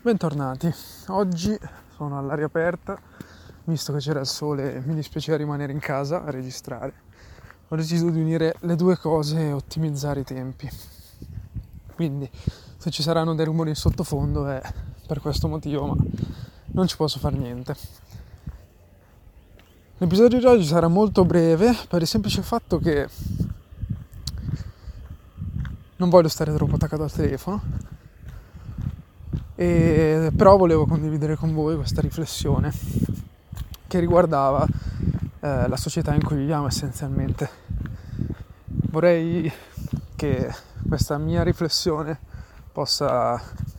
Bentornati, oggi sono all'aria aperta, visto che c'era il sole e mi dispiaceva rimanere in casa a registrare. Ho deciso di unire le due cose e ottimizzare i tempi. Quindi se ci saranno dei rumori in sottofondo è per questo motivo, ma non ci posso fare niente. L'episodio di oggi sarà molto breve per il semplice fatto che non voglio stare troppo attaccato al telefono. Però volevo condividere con voi questa riflessione che riguardava la società in cui viviamo essenzialmente. Vorrei che questa mia riflessione possa,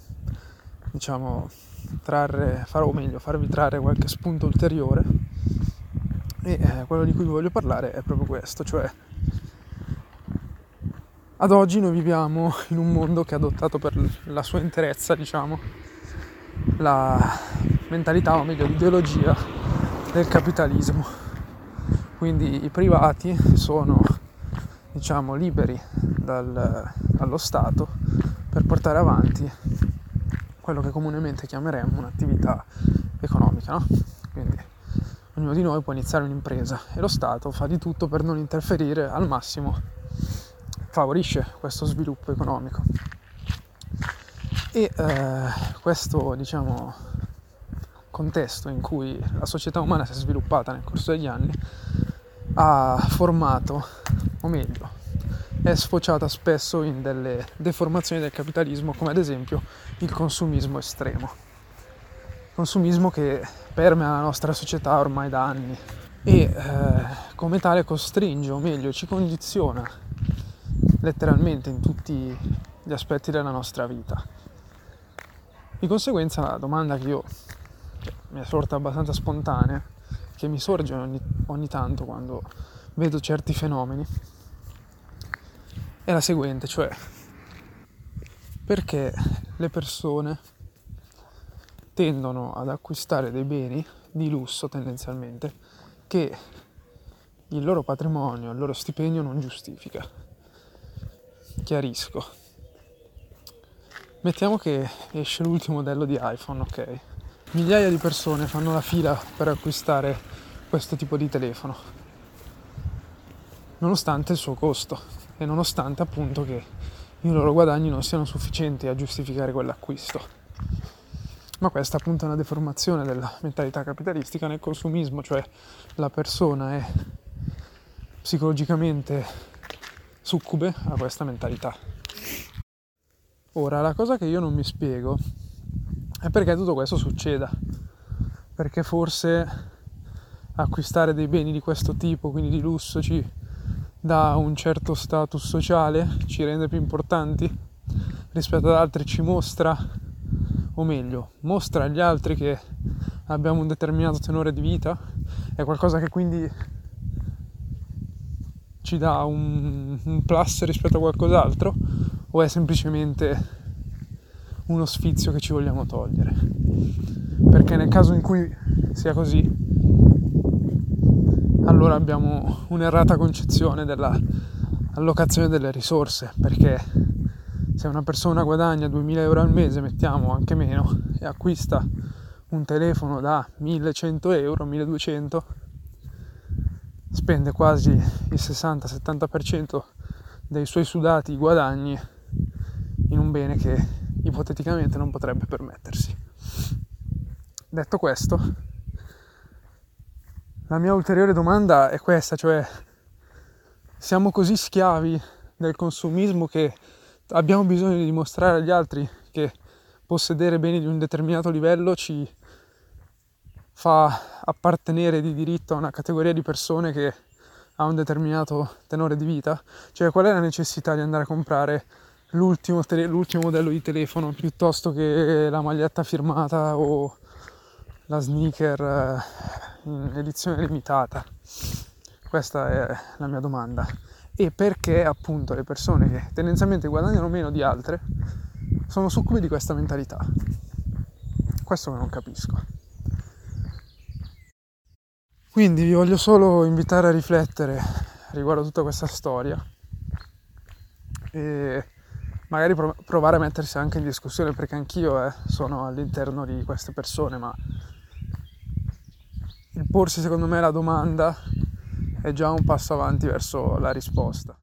farvi trarre qualche spunto ulteriore, e quello di cui vi voglio parlare è proprio questo, cioè ad oggi noi viviamo in un mondo che ha adottato per la sua interezza, la mentalità, o meglio l'ideologia del capitalismo. Quindi i privati sono, liberi dallo Stato per portare avanti quello che comunemente chiameremmo un'attività economica, no? Quindi ognuno di noi può iniziare un'impresa e lo Stato fa di tutto per non interferire, al massimo favorisce questo sviluppo economico. E questo contesto in cui la società umana si è sviluppata nel corso degli anni ha formato, o meglio è sfociata spesso in delle deformazioni del capitalismo, come ad esempio il consumismo estremo, consumismo che permea la nostra società ormai da anni e come tale costringe, o meglio ci condiziona letteralmente in tutti gli aspetti della nostra vita. Di conseguenza la domanda che mi è sorta abbastanza spontanea, che mi sorge ogni tanto quando vedo certi fenomeni, è la seguente, cioè perché le persone tendono ad acquistare dei beni di lusso tendenzialmente che il loro patrimonio, il loro stipendio non giustifica. Chiarisco. Mettiamo che esce l'ultimo modello di iPhone, ok? Migliaia di persone fanno la fila per acquistare questo tipo di telefono, nonostante il suo costo e nonostante appunto che i loro guadagni non siano sufficienti a giustificare quell'acquisto. Ma questa appunto è una deformazione della mentalità capitalistica nel consumismo, cioè la persona è psicologicamente succube a questa mentalità. Ora, la cosa che io non mi spiego è perché tutto questo succeda, perché forse acquistare dei beni di questo tipo, quindi di lusso, ci dà un certo status sociale, ci rende più importanti rispetto ad altri, ci mostra, o meglio, mostra agli altri che abbiamo un determinato tenore di vita, è qualcosa che quindi ci dà un plus rispetto a qualcos'altro, o è semplicemente uno sfizio che ci vogliamo togliere? Perché nel caso in cui sia così, allora abbiamo un'errata concezione della allocazione delle risorse, perché se una persona guadagna 2.000 euro al mese, mettiamo anche meno, e acquista un telefono da 1.100 euro, 1.200, spende quasi il 60-70% dei suoi sudati guadagni in un bene che ipoteticamente non potrebbe permettersi. Detto questo, la mia ulteriore domanda è questa, cioè siamo così schiavi del consumismo che abbiamo bisogno di dimostrare agli altri che possedere beni di un determinato livello ci fa appartenere di diritto a una categoria di persone che ha un determinato tenore di vita? Cioè, qual è la necessità di andare a comprare l'ultimo modello di telefono piuttosto che la maglietta firmata o la sneaker in edizione limitata? Questa è la mia domanda. E perché appunto le persone che tendenzialmente guadagnano meno di altre sono succubi di questa mentalità? Questo che non capisco. Quindi vi voglio solo invitare a riflettere riguardo a tutta questa storia e magari provare a mettersi anche in discussione, perché anch'io sono all'interno di queste persone, ma il porsi secondo me la domanda è già un passo avanti verso la risposta.